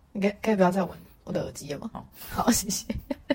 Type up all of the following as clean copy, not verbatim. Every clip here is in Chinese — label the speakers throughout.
Speaker 1: 你可以不要再闻我的耳机了吗？好，谢谢。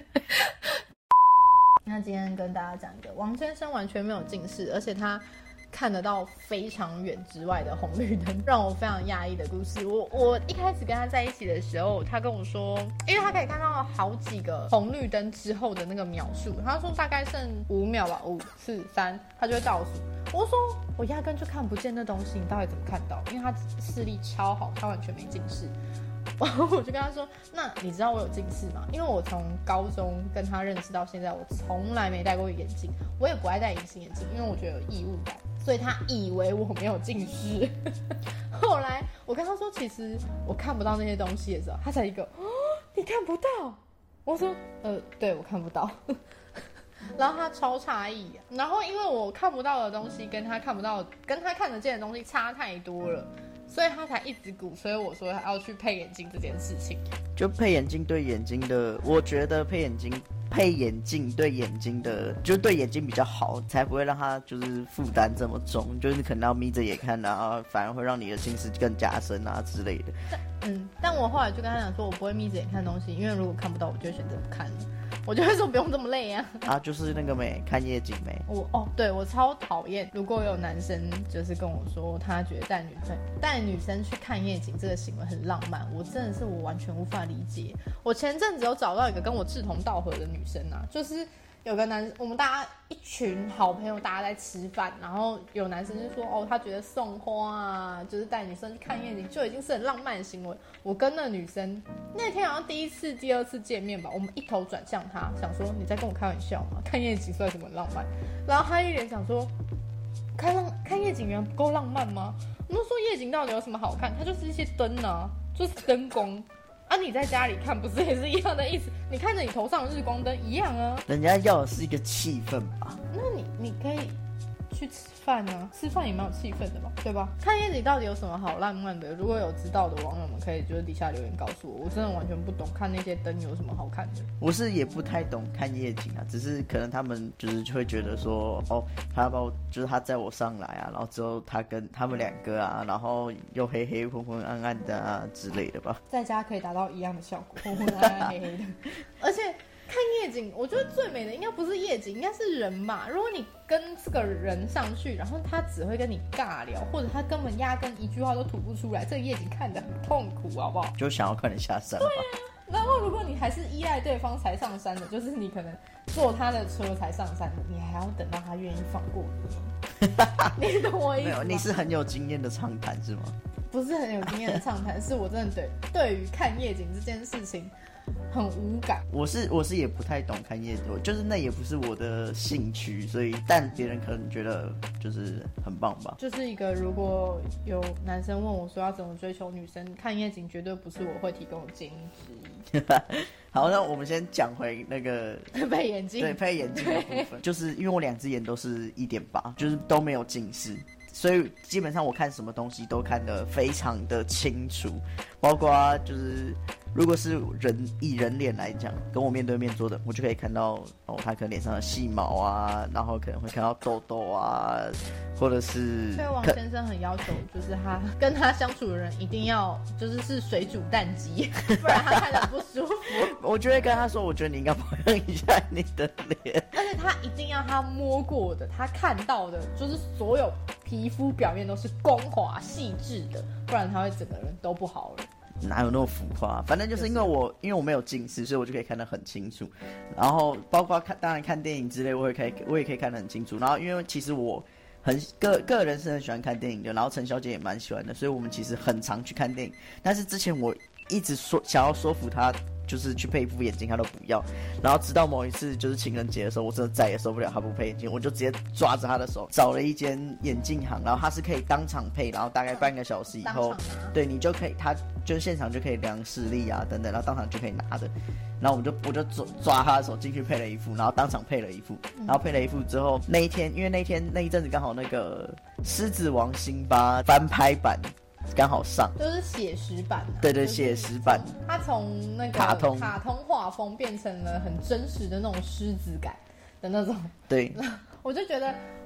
Speaker 1: 那今天跟大家讲一个王先生完全没有近视，而且他看得到非常远之外的红绿灯，让我非常讶异的故事。我一开始跟他在一起的时候，他跟我说，因为他可以看到好几个红绿灯之后的那个秒数，他说大概剩5秒吧，5、4、3，他就会倒数。我说我压根就看不见那东西，你到底怎么看到？因为他视力超好，他完全没近视。我就跟他说，那你知道我有近视吗？因为我从高中跟他认识到现在，我从来没戴过眼镜，我也不爱戴隐形眼镜，因为我觉得有异物感，所以他以为我没有近视。后来我跟他说，其实我看不到那些东西的时候，他才一个，哦，你看不到？我说，对，我看不到。然后他超诧异，然后因为我看不到的东西跟他看得见的东西差太多了，所以他才一直鼓吹我说要去配眼镜这件事情。
Speaker 2: 就配眼镜对眼睛的，我觉得配眼镜对眼睛的，就对眼睛比较好，才不会让它就是负担这么重，就是你可能要眯着眼看啊，反而会让你的近视更加深啊之类的。
Speaker 1: 但我后来就跟他讲说，我不会眯着眼看东西，因为如果看不到，我就会选择不看了。我就会说不用这么累啊。
Speaker 2: 就是那个看夜景
Speaker 1: 对，我超讨厌，如果有男生就是跟我说他觉得带女生去看夜景这个行为很浪漫，我真的是我完全无法理解。我前阵子有找到一个跟我志同道合的女生啊，就是有个我们大家一群好朋友，大家在吃饭，然后有男生就说他觉得送花啊，就是带女生去看夜景就已经是很浪漫的行为。我跟那女生那天好像第一次第二次见面吧，我们一头转向她，想说你在跟我开玩笑吗？看夜景算什么浪漫？然后她一脸想说看夜景原来不够浪漫吗？我们说夜景到底有什么好看？它就是一些灯啊，就是灯光啊，你在家里看不是也是一样的意思？你看着你头上的日光灯一样啊。
Speaker 2: 人家要的是一个气氛吧？
Speaker 1: 那你可以去吃饭啊，吃饭也蛮有气氛的吧，对吧？看夜景到底有什么好浪漫的？如果有知道的网友们，可以就是底下留言告诉我，我真的完全不懂看那些灯有什么好看的。
Speaker 2: 我是也不太懂看夜景啊，只是可能他们就是会觉得说，他把我就是他载我上来啊，然后之后他跟他们2个啊，然后又黑黑昏昏暗暗的啊之类的吧，
Speaker 1: 在家可以达到一样的效果，昏昏暗暗黑黑的，而且。看夜景，我觉得最美的应该不是夜景，应该是人吧。如果你跟这个人上去，然后他只会跟你尬聊，或者他根本压根一句话都吐不出来，这个夜景看得很痛苦，好不好？
Speaker 2: 就想要快点下山吧。
Speaker 1: 对啊，然后如果你还是依赖对方才上山的，就是你可能坐他的车才上山的，你还要等到他愿意放过你。你懂我意思吗？
Speaker 2: 没有，你是很有经验的畅谈是吗？
Speaker 1: 不是很有经验的畅谈，是我真的对于看夜景这件事情很无感。
Speaker 2: 我是也不太懂看夜景，就是那也不是我的兴趣，所以但别人可能觉得就是很棒吧。
Speaker 1: 就是一个如果有男生问我说要怎么追求女生，看夜景绝对不是我会提供的建议之一。
Speaker 2: 好，那我们先讲回那个
Speaker 1: 配眼镜，
Speaker 2: 对，配眼镜的部分，就是因为我2只眼都是1.8，就是都没有近视。所以基本上我看什么东西都看得非常的清楚，包括就是如果是以人脸来讲，跟我面对面坐的，我就可以看到他可能脸上的细毛啊，然后可能会看到痘痘啊，或者是。
Speaker 1: 所以王先生很要求，就是他跟他相处的人一定要是水煮蛋鸡，不然他看着不舒服。
Speaker 2: 我就会跟他说，我觉得你应该保养一下你的脸，
Speaker 1: 而且他一定要他摸过的，他看到的，就是所有皮肤表面都是光滑细致的，不然他会整个人都不好了。
Speaker 2: 哪有那么浮夸？反正就是因为我没有近视，所以我就可以看得很清楚。然后包括当然看电影之类，我也可以看得很清楚。然后因为其实我个人是很喜欢看电影的，然后陈小姐也蛮喜欢的，所以我们其实很常去看电影。但是之前我一直想要说服她，就是去配一副眼镜，她都不要。然后直到某一次就是情人节的时候，我真的再也受不了她不配眼镜，我就直接抓着她的手找了一间眼镜行，然后她是可以当场配，然后大概半个小时以后，对你就可以，她就是现场就可以量视力啊等等，然后当场就可以拿的。然后我就抓她的手进去配了一副，然后当场配了一副，然后配了一副之后，那一天因为那一阵子刚好那个《狮子王》辛巴翻拍版。刚好上，
Speaker 1: 就是写实版
Speaker 2: 对对，写实版。
Speaker 1: 它从那个卡通画风变成了很真实的那种狮子感的那种。
Speaker 2: 对，
Speaker 1: 我就觉得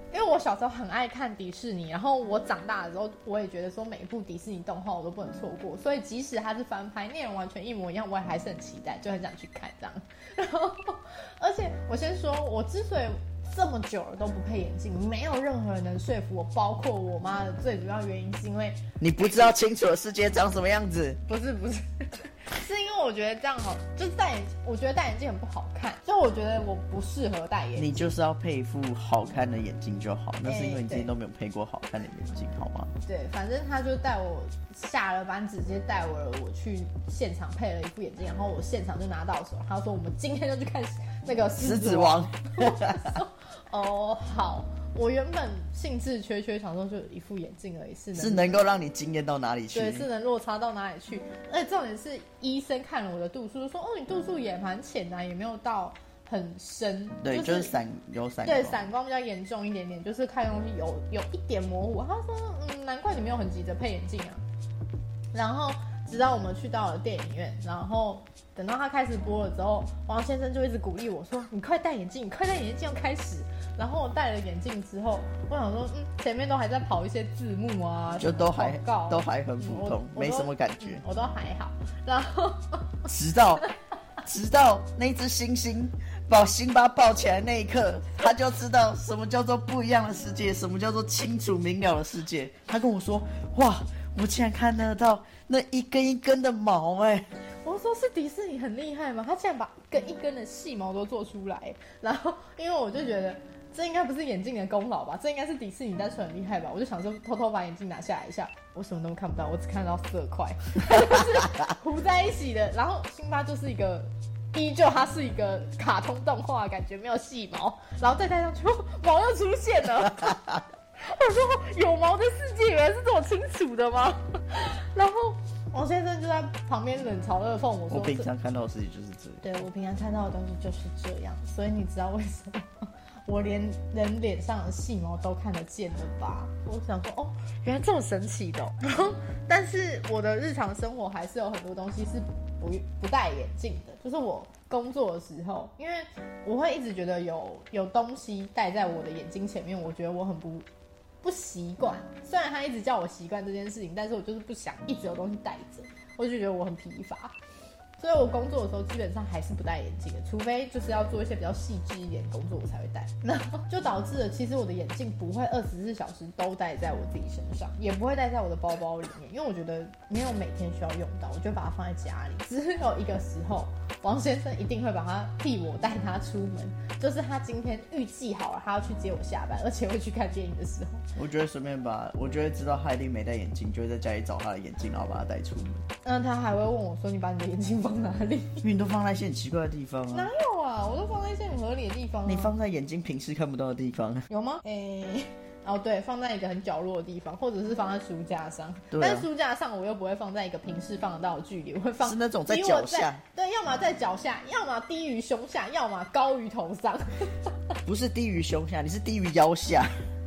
Speaker 1: 因为我小时候很爱看迪士尼，然后我长大的时候，我也觉得说每一部迪士尼动画我都不能错过，所以即使它是翻拍，内容完全一模一样，我也还是很期待，就很想去看这样。然后，而且我先说，我之所以这么久了都不配眼镜，没有任何人能说服我，包括我妈的最主要原因是因为
Speaker 2: 你不知道清楚的世界长什么样子。
Speaker 1: 不是，是因为我觉得这样好，就是我觉得戴眼镜很不好看，所以我觉得我不适合戴眼镜。
Speaker 2: 你就是要配一副好看的眼镜就好，那是因为你自己都没有配过好看的眼镜，好吗？
Speaker 1: 对，反正他就带我下了班，直接带我去现场配了一副眼镜，然后我现场就拿到手，他说我们今天就去看那个狮子王。哦，好。我原本兴致缺缺，想说就一副眼镜而已，是
Speaker 2: 能够让你惊艳到哪里去？
Speaker 1: 对，是能落差到哪里去？而且重点是医生看了我的度数，就说：“哦，你度数也蛮浅的，也没有到很深。”
Speaker 2: 对，就是有散光。
Speaker 1: 对，散光比较严重一点点，就是看东西有一点模糊。他说：“难怪你没有很急着配眼镜啊。”然后直到我们去到了电影院，然后等到他开始播了之后，王先生就一直鼓励我说：“你快戴眼镜，你快戴眼镜，要开始。”然后我戴了眼镜之后，我想说，前面都还在跑一些字幕啊，
Speaker 2: 就都还很普通，没什么感觉，
Speaker 1: 我都还好。然后
Speaker 2: 直到那只猩猩把辛巴抱起来那一刻，他就知道什么叫做不一样的世界，什么叫做清楚明了的世界。他跟我说：“哇，我竟然看得到那一根一根的毛
Speaker 1: 我说是迪士尼很厉害吗？他竟然把一根一根的细毛都做出来。然后因为我就觉得这应该不是眼镜的功劳吧，这应该是迪士尼单纯很厉害吧。我就想说偷偷把眼镜拿下来一下，我什么都看不到，我只看到色块，就是糊在一起的。然后辛巴就是依旧它是一个卡通动画，感觉没有细毛，然后再戴上去，毛又出现了。我说有毛的世界原来是这么清楚的吗？然后王先生就在旁边冷嘲热讽我说：“
Speaker 2: 我平常看到的世界就是这样。”
Speaker 1: 对，我平常看到的东西就是这样，所以你知道为什么我连人脸上的细毛都看得见了吧？我想说，哦，原来这么神奇的哦。但是我的日常生活还是有很多东西是不戴眼镜的，就是我工作的时候，因为我会一直觉得有东西戴在我的眼睛前面，我觉得我很不习惯。虽然他一直叫我习惯这件事情，但是我就是不想一直有东西戴着，我就觉得我很疲乏。所以我工作的时候基本上还是不戴眼镜的，除非就是要做一些比较细致一点的工作我才会戴。然后就导致了其实我的眼镜不会24小时都戴在我自己身上，也不会戴在我的包包里面，因为我觉得没有每天需要用到，我就把它放在家里。只有一个时候，王先生一定会把它替我带他出门，就是他今天预计好了他要去接我下班，而且会去看电影的时候，
Speaker 2: 我觉得随便我就会知道他一定没戴眼镜，就会在家里找他的眼镜，然后把他带出门。
Speaker 1: 那他还会问我说：“你把你的眼镜放哪里？”
Speaker 2: 因为你都放在一些很奇怪的地方啊。
Speaker 1: 哪有啊？我都放在一些很合理的地方啊。
Speaker 2: 你放在眼睛平时看不到的地方。
Speaker 1: 有吗？哦对，放在一个很角落的地方，或者是放在书架上。
Speaker 2: 对啊，
Speaker 1: 但是书架上我又不会放在一个平时放得到的距离，我会放
Speaker 2: 是那种在脚下。
Speaker 1: 对，要么在脚下，要么低于胸下，要么高于头上。
Speaker 2: 不是低于胸下，你是低于腰下。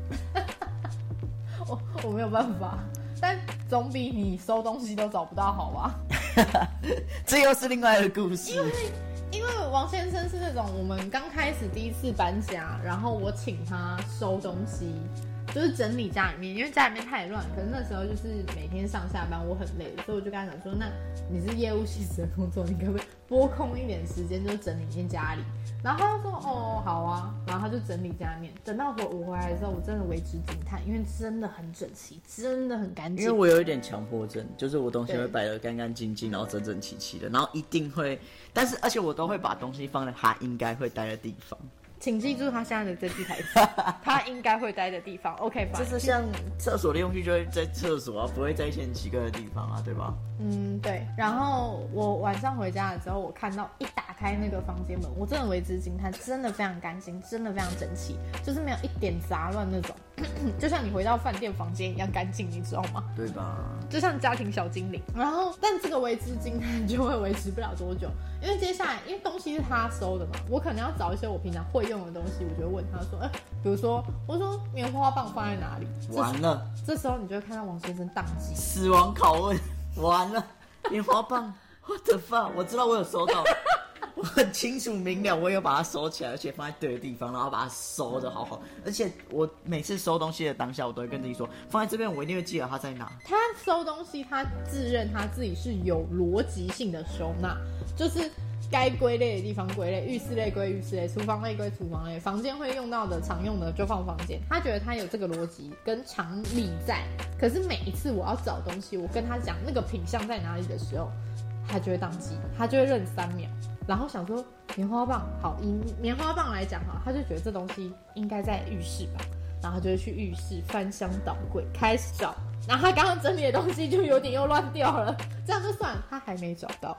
Speaker 1: 我没有办法，但总比你收东西都找不到好吧？
Speaker 2: 这又是另外一个故事。
Speaker 1: 因为王先生是那种我们刚开始第一次搬家，然后我请他收东西，就是整理家里面，因为家里面太乱。可是那时候就是每天上下班我很累，所以我就跟他讲说，那你是业务性质的工作，你可不可以拨空一点时间，就整理一间家里？然后他就说哦好啊，然后他就整理家里面。等到我回来的时候，我真的为之惊叹，因为真的很整齐，真的很干净。
Speaker 2: 因为我有一点强迫症，就是我东西会摆得干干净净，然后整整齐齐的，然后一定会，而且我都会把东西放在他应该会待的地方。
Speaker 1: 请记住他现在的这句台词，他应该会待的地方。OK，
Speaker 2: 就是像厕所的用具就会在厕所啊，不会在一些很奇怪的地方啊，对吧？
Speaker 1: 对。然后我晚上回家的时候，我看到一打开那个房间门，我真的为之惊叹，真的非常干净，真的非常整齐，就是没有一点杂乱那种，就像你回到饭店房间一样干净，你知道吗？
Speaker 2: 对吧？
Speaker 1: 就像家庭小精灵。然后，但这个为之惊叹就会维持不了多久，因为接下来，因为东西是他收的嘛，我可能要找一些我平常会用的东西，我就会问他说，比如说，我说棉花棒放在哪里？
Speaker 2: 完了，
Speaker 1: 这时候你就会看到王先生宕机，
Speaker 2: 死亡拷问，完了，棉花棒，what the fuck？我知道我有收到， 我很清楚明了，我有把它收起来，而且放在对的地方，然后把它收的好好。而且我每次收东西的当下，我都会跟自己说，放在这边，我一定会记得它在哪。
Speaker 1: 他收东西，他自认他自己是有逻辑性的收纳，就是该归类的地方归类，浴室类归浴室类，厨房类归厨房类，房间会用到的、常用的就放房间。他觉得他有这个逻辑跟常理在，可是每一次我要找东西，我跟他讲那个品项在哪里的时候，他就会宕机，他就会愣3秒。然后想说棉花棒好，以棉花棒来讲哈，他就觉得这东西应该在浴室吧，然后他就会去浴室翻箱倒柜开始找，然后他刚刚整理的东西就有点又乱掉了，这样就算了，他还没找到。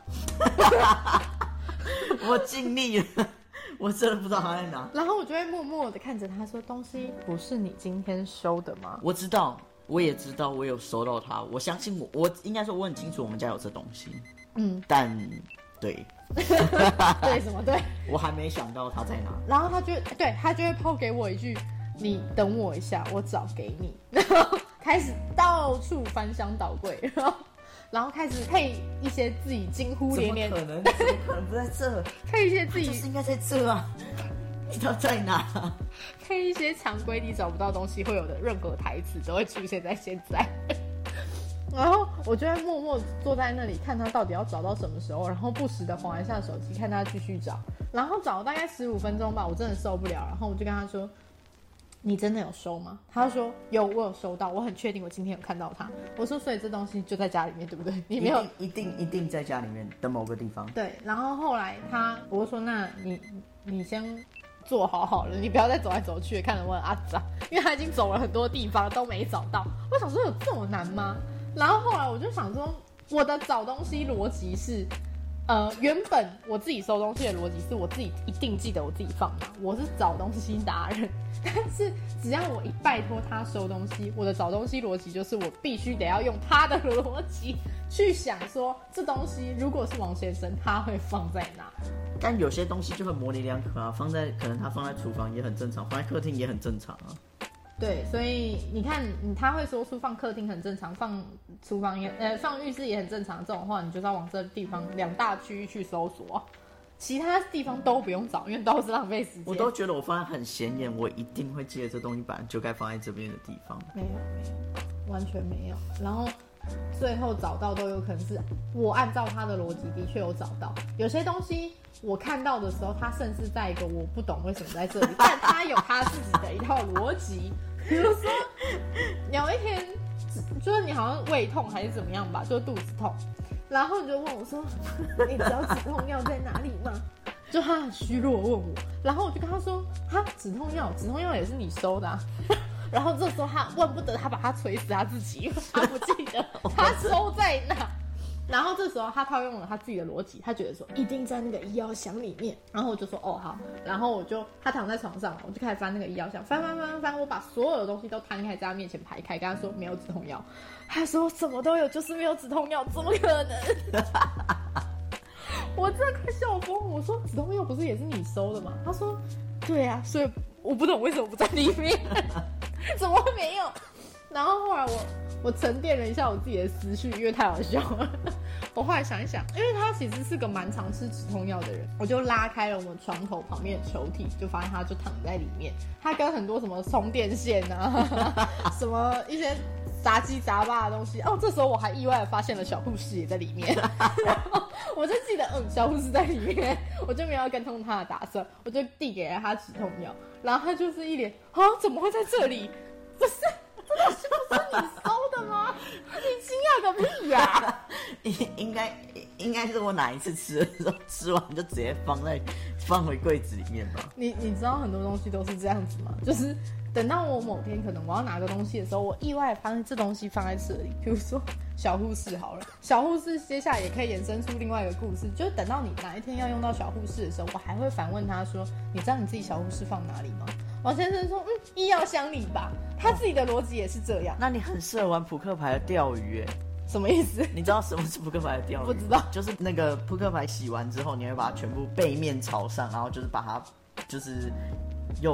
Speaker 2: 我尽力了，我真的不知道他在哪。
Speaker 1: 然后我就会默默的看着他说，东西不是你今天收的吗？
Speaker 2: 我知道，我也知道，我有收到它。我相信我应该说我很清楚我们家有这东西。但对
Speaker 1: 对什么对？
Speaker 2: 我还没想到它在哪。
Speaker 1: 然后他就会抛给我一句：“你等我一下，我找给你。”然后开始到处翻箱倒柜，然后开始配一些自己惊呼连连，
Speaker 2: 怎么可能不在这？
Speaker 1: 配一些自己
Speaker 2: 就是应该在这啊！你知道在哪？
Speaker 1: 配一些常规你找不到东西会有的任何台词都会出现在现在。然后我就会默默坐在那里看他到底要找到什么时候，然后不时的滑一下手机看他继续找，然后找了大概15分钟吧，我真的受不了，然后我就跟他说：“你真的有收吗？”他就说：“有，我有收到，我很确定我今天有看到它。”我说：“所以这东西就在家里面，对不对？你没有
Speaker 2: 一定在家里面的某个地方。”
Speaker 1: 对，然后后来我就说：“那你先坐好了，你不要再走来走去，看能不能阿杂，因为他已经走了很多地方都没找到。”我想说有这么难吗？然后后来我就想说，我的找东西逻辑是，原本我自己收东西的逻辑是我自己一定记得我自己放哪，我是找东西达人。但是只要我一拜托他收东西，我的找东西逻辑就是我必须得要用他的逻辑去想说，这东西如果是王先生，他会放在哪？
Speaker 2: 但有些东西就很模棱两可啊，可能他放在厨房也很正常，放在客厅也很正常啊。
Speaker 1: 对，所以你看，他会说出放客厅很正常，放厨房放浴室也很正常，这种话你就是要往这地方2大区域去搜索，其他地方都不用找，因为都是浪费时间。
Speaker 2: 我都觉得我放在很显眼，我一定会记得这东西本来就该放在这边的地方。
Speaker 1: 没有，完全没有。然后最后找到都有可能是我按照他的逻辑的确有找到，有些东西我看到的时候，他甚至在一个我不懂为什么在这里，但他有他自己的一套逻辑。比如说有一天就是你好像胃痛还是怎么样吧，就肚子痛，然后你就问我说你知道止痛药在哪里吗？就他很虚弱问我，然后我就跟他说哈，止痛药也是你收的啊。然后这时候他问不得，他把他捶死他自己，他不记得他收在哪。然后这时候他套用了他自己的逻辑，他觉得说一定在那个医药箱里面。然后我就说哦好，然后他躺在床上，我就开始翻那个医药箱，翻，我把所有的东西都摊开在他面前排开，跟他说没有止痛药。他说什么都有，就是没有止痛药，怎么可能？我真的快笑疯！我说止痛药不是也是你收的吗？他说对啊，所以我不懂为什么不在里面，怎么会没有？然后后来我沉淀了一下我自己的思绪，因为太好笑了。我后来想一想，因为他其实是个蛮常吃止痛药的人，我就拉开了我们床头旁边的抽屉，就发现他就躺在里面。他跟很多什么充电线啊，什么一些杂七杂八的东西。哦，这时候我还意外的发现了小护士也在里面，然后我就记得小护士在里面，我就没有要跟踪他的打算，我就递给了他止痛药，然后他就是一脸啊怎么会在这里？不是。这东西不是你收的吗？你惊讶个屁呀！
Speaker 2: 应该是我哪一次吃的时候，吃完就直接放回柜子里面吧。
Speaker 1: 你知道很多东西都是这样子吗？就是等到我某天可能我要拿个东西的时候，我意外发现这东西放在这里。比如说小护士好了，小护士接下来也可以衍生出另外一个故事，就是等到你哪一天要用到小护士的时候，我还会反问他说：“你知道你自己小护士放哪里吗？”王先生说：“医药箱里吧。”他自己的逻辑也是这样。
Speaker 2: 那你很适合玩扑克牌的钓鱼耶？
Speaker 1: 什么意思？
Speaker 2: 你知道什么是扑克牌的钓鱼？
Speaker 1: 不知道。
Speaker 2: 就是那个扑克牌洗完之后，你会把它全部背面朝上，然后就是把它就是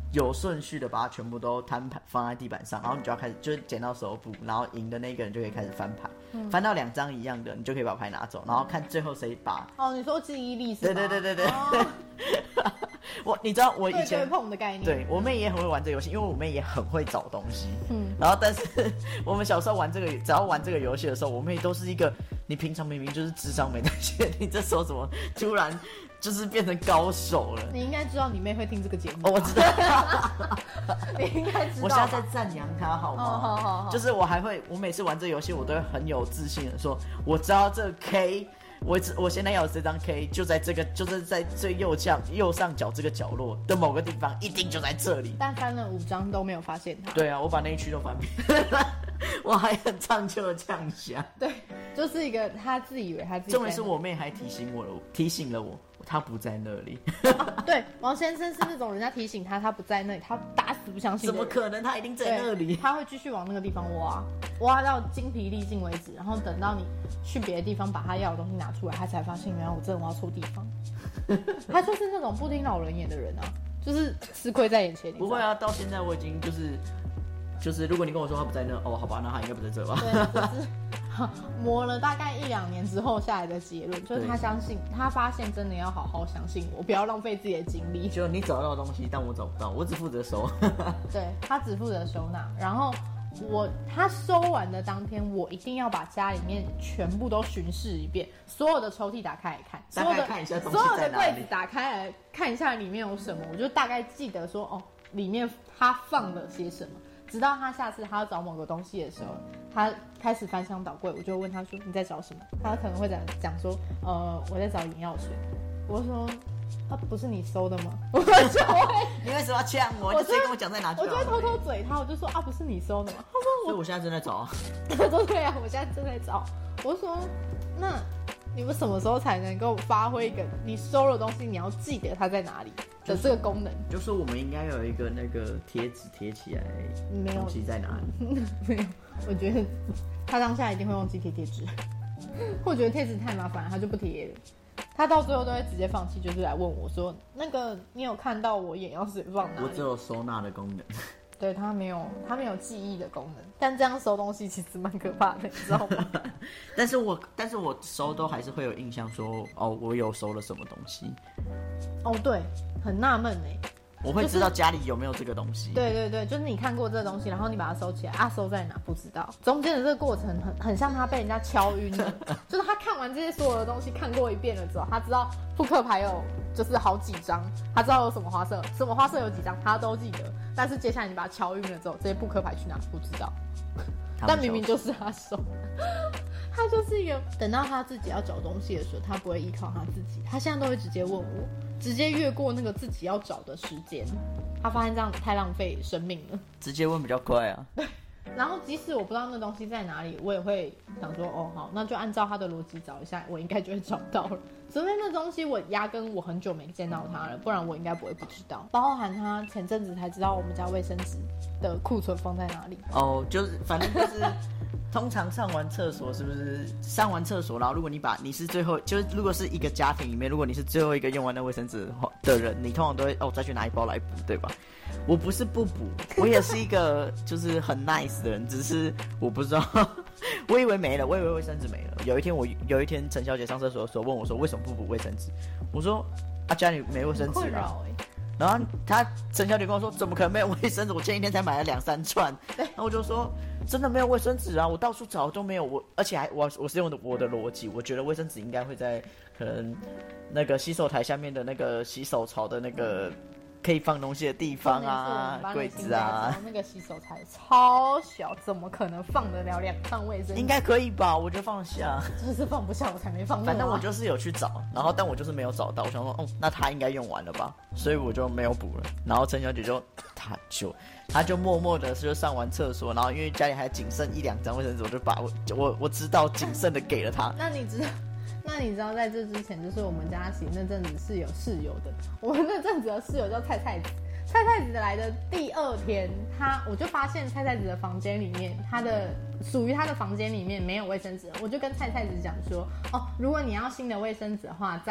Speaker 2: 有顺序的把它全部都摊盘放在地板上，然后你就要开始就是捡到手部，然后赢的那个人就可以开始翻牌，翻到2张一样的，你就可以把牌拿走，然后看最后谁把。
Speaker 1: 哦，你说记忆力是吗？
Speaker 2: 对。哦你知道我以前
Speaker 1: 对碰的概念，
Speaker 2: 对我妹也很会玩这个游戏，因为我妹也很会找东西。然后但是我们小时候玩这个，只要玩这个游戏的时候，我妹都是一个你平常明明就是智商没那些，你这时候怎么突然就是变成高手了？
Speaker 1: 你应该知道你妹会听这个节目。
Speaker 2: 哦，我知道。
Speaker 1: 你应该知道。
Speaker 2: 我现在在赞扬她好吗？
Speaker 1: 好。
Speaker 2: 就是我每次玩这个游戏，我都会很有自信的说，我知道这个 K。我现在要的这张 K 就是在最右上角这个角落的某个地方，一定就在这里。
Speaker 1: 但翻了5张都没有发现它。
Speaker 2: 对啊，我把那一区都翻遍，我还很唱秋的这样想。
Speaker 1: 对，就是一个他自以为他自己。
Speaker 2: 重点是我妹还提醒了我，他不在那里。
Speaker 1: 对，王先生是那种人家提醒他不在那里，他打死不相信。
Speaker 2: 怎么可能？他一定在那里。
Speaker 1: 他会继续往那个地方挖到精疲力尽为止，然后等到你去别的地方把他要的东西拿出来，他才发现原来我真的挖错地方。他就是那种不听老人言的人啊，就是吃亏在眼前。
Speaker 2: 不会啊，到现在我已经就是，如果你跟我说他不在那，哦，好吧，那他应该不在这吧？
Speaker 1: 对，就是磨了大概1-2年之后下来的结论，就是他发现真的要好好相信我，不要浪费自己的精力。
Speaker 2: 就你找到的东西，但我找不到，我只负责收。
Speaker 1: 对，他只负责收纳，然后他收完的当天，我一定要把家里面全部都巡视一遍，所有的抽屉打开来看，
Speaker 2: 大概看一下东西
Speaker 1: 所有
Speaker 2: 在哪里，
Speaker 1: 的柜子打开来看一下里面有什么，我就大概记得说哦，里面他放了些什么。直到他下次他要找某个东西的时候，他开始翻箱倒柜，我就问他说你在找什么？他可能会讲说我在找眼药水。我说不是你收的吗？我就会
Speaker 2: 你为什么要呛我？就直接跟我讲在哪去。
Speaker 1: 我就会偷偷嘴他，我就说不是你收的吗？他说
Speaker 2: 所以我现在正在找啊。
Speaker 1: 他说对啊，我现在正在找。我说那你们什么时候才能够发挥一个你收了东西你要记得它在哪里的这个功能？
Speaker 2: 就是我们应该有一个那个贴纸贴起来，东西在哪里？
Speaker 1: 没有，我觉得他当下一定会忘记贴贴纸，我觉得贴纸太麻烦了，他就不贴了。他到最后都会直接放弃，就是来问我说：“那个你有看到我眼药水放哪里？”
Speaker 2: 我只有收纳的功能。
Speaker 1: 对，他没有记忆的功能，但这样收东西其实蛮可怕的，你知道吗？
Speaker 2: 但是我收都还是会有印象说，哦，我有收了什么东西。
Speaker 1: 哦，对，很纳闷哎。
Speaker 2: 我会知道家里有没有这个东西。
Speaker 1: 对，就是你看过这个东西，然后你把它收起来，收在哪不知道。中间的这个过程很像他被人家敲晕了，就是他看完这些所有的东西看过一遍了之后，他知道扑克牌有就是好几张，他知道有什么花色有几张，他都记得。但是接下来你把它敲晕了之后，这些扑克牌去哪不知道。但明明就是他收，他就是一个等到他自己要找东西的时候，他不会依靠他自己，他现在都会直接问我，直接越过那个自己要找的时间。他发现这样太浪费生命了，
Speaker 2: 直接问比较快啊。
Speaker 1: 对，然后即使我不知道那东西在哪里，我也会想说，哦好，那就按照他的逻辑找一下，我应该就会找到了。除非那东西我压根我很久没见到它了，不然我应该不会不知道。包含他前阵子才知道我们家卫生纸的库存放在哪里。
Speaker 2: 哦，就是反正就是通常上完厕所是不是上完厕所，然后如果你是最后，就是如果是一个家庭里面，如果你是最后一个用完那卫生纸的人，你通常都会再去拿一包来补，对吧？我不是不补，我也是一个就是很 nice 的人，只是我不知道，我以为没了，我以为卫生纸没了。有一天陈小姐上厕所的时候问我说为什么不补卫生纸，我说家里没卫生纸啊。然后陈小姐跟我说怎么可能没有卫生纸，我前一天才买了2-3串。然后我就说真的没有卫生纸啊，我到处找都没有，而且我是用我的逻辑，我觉得卫生纸应该会在可能那个洗手台下面的那个洗手槽的那个可以放东西的地方啊，柜子啊。
Speaker 1: 那个洗手台超小，怎么可能放得了2串卫生纸？
Speaker 2: 应该可以吧？我觉得放得下，
Speaker 1: 就是放不下，我才没放。
Speaker 2: 反正我就是有去找，但我就是没有找到。我想说，那他应该用完了吧，所以我就没有补了。然后陈小姐她就默默的就上完厕所，然后因为家里还仅剩1-2张卫生纸，我就把我知道仅剩的给了她。
Speaker 1: 那你知道在这之前，就是我们家其实那阵子是有室友的，我们那阵子的室友叫菜菜子。菜菜子来的第2天，我就发现菜菜子的房间里面，属于他的房间里面没有卫生纸，我就跟菜菜子讲说，如果你要新的卫生纸的话，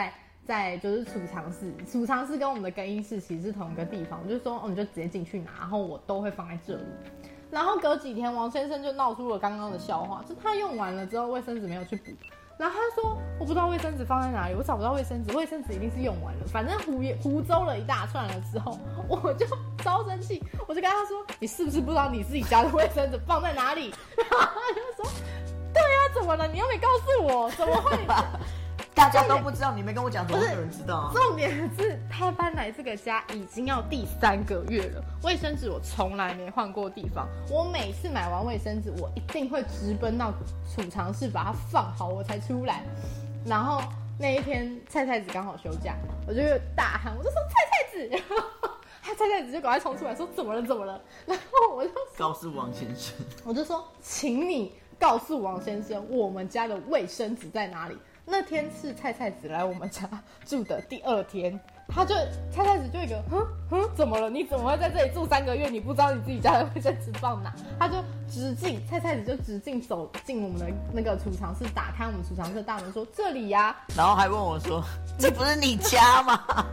Speaker 1: 在就是储藏室跟我们的更衣室其实是同一个地方，就是说，你就直接进去拿，然后我都会放在这里。然后隔几天，王先生就闹出了刚刚的笑话，就他用完了之后，卫生纸没有去补，然后他说我不知道卫生纸放在哪里，我找不到卫生纸一定是用完了，反正胡诌了一大串了之后，我就超生气，我就跟他说，你是不是不知道你自己家的卫生纸放在哪里？然后他就说，对啊，怎么了？你又没告诉我，怎么会？
Speaker 2: 大家都不知道，你没跟我讲，怎么会有人知道啊？
Speaker 1: 重点是他搬来这个家已经要第3个月了，卫生纸我从来没换过地方。我每次买完卫生纸，我一定会直奔到储藏室把它放好，我才出来。然后那一天菜菜子刚好休假，我就大喊，我就说菜菜子，菜菜子就赶快冲出来说怎么了？然后我就
Speaker 2: 告诉王先生，
Speaker 1: 我就说，请你告诉王先生，我们家的卫生纸在哪里？那天是菜菜子来我们家住的第2天，菜菜子就一个怎么了？你怎么会在这里住3个月？你不知道你自己家的卫生纸放哪？他就菜菜子就直径走进我们的那个储藏室，打开我们储藏室的大门说这里呀，
Speaker 2: 然后还问我说，这不是你家吗？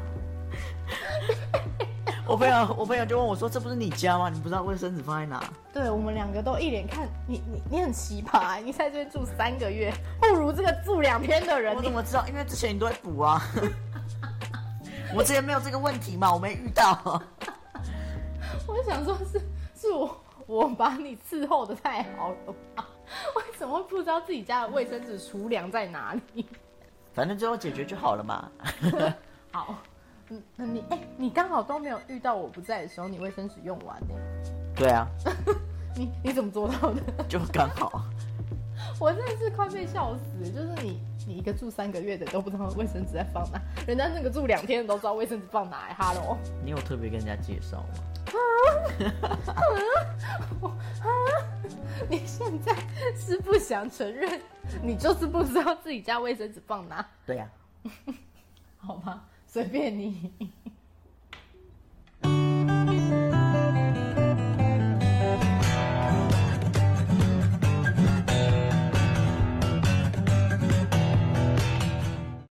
Speaker 2: 我朋友就问我说，这不是你家吗？你不知道卫生纸放在哪？
Speaker 1: 对，我们2个都一脸看你很奇葩，你在这边住3个月，不如这个住2天的人。
Speaker 2: 我怎么知道？因为之前你都会补啊。我之前没有这个问题嘛，我没遇到。
Speaker 1: 我想说是我把你伺候的太好了吧？为什么会不知道自己家的卫生纸储量在哪里？
Speaker 2: 反正最后解决就好了嘛。
Speaker 1: 好。你刚好都没有遇到我不在的时候，你卫生纸用完呢？
Speaker 2: 对啊。
Speaker 1: 你怎么做到的？
Speaker 2: 就刚好。
Speaker 1: 我真的是快被笑死，就是你一个住3个月的都不知道卫生纸在放哪，人家那个住2天的都知道卫生纸放哪。Hello，
Speaker 2: 你有特别跟人家介绍吗？
Speaker 1: 你现在是不想承认，你就是不知道自己家卫生纸放哪？
Speaker 2: 对呀。
Speaker 1: 好吧。随便你。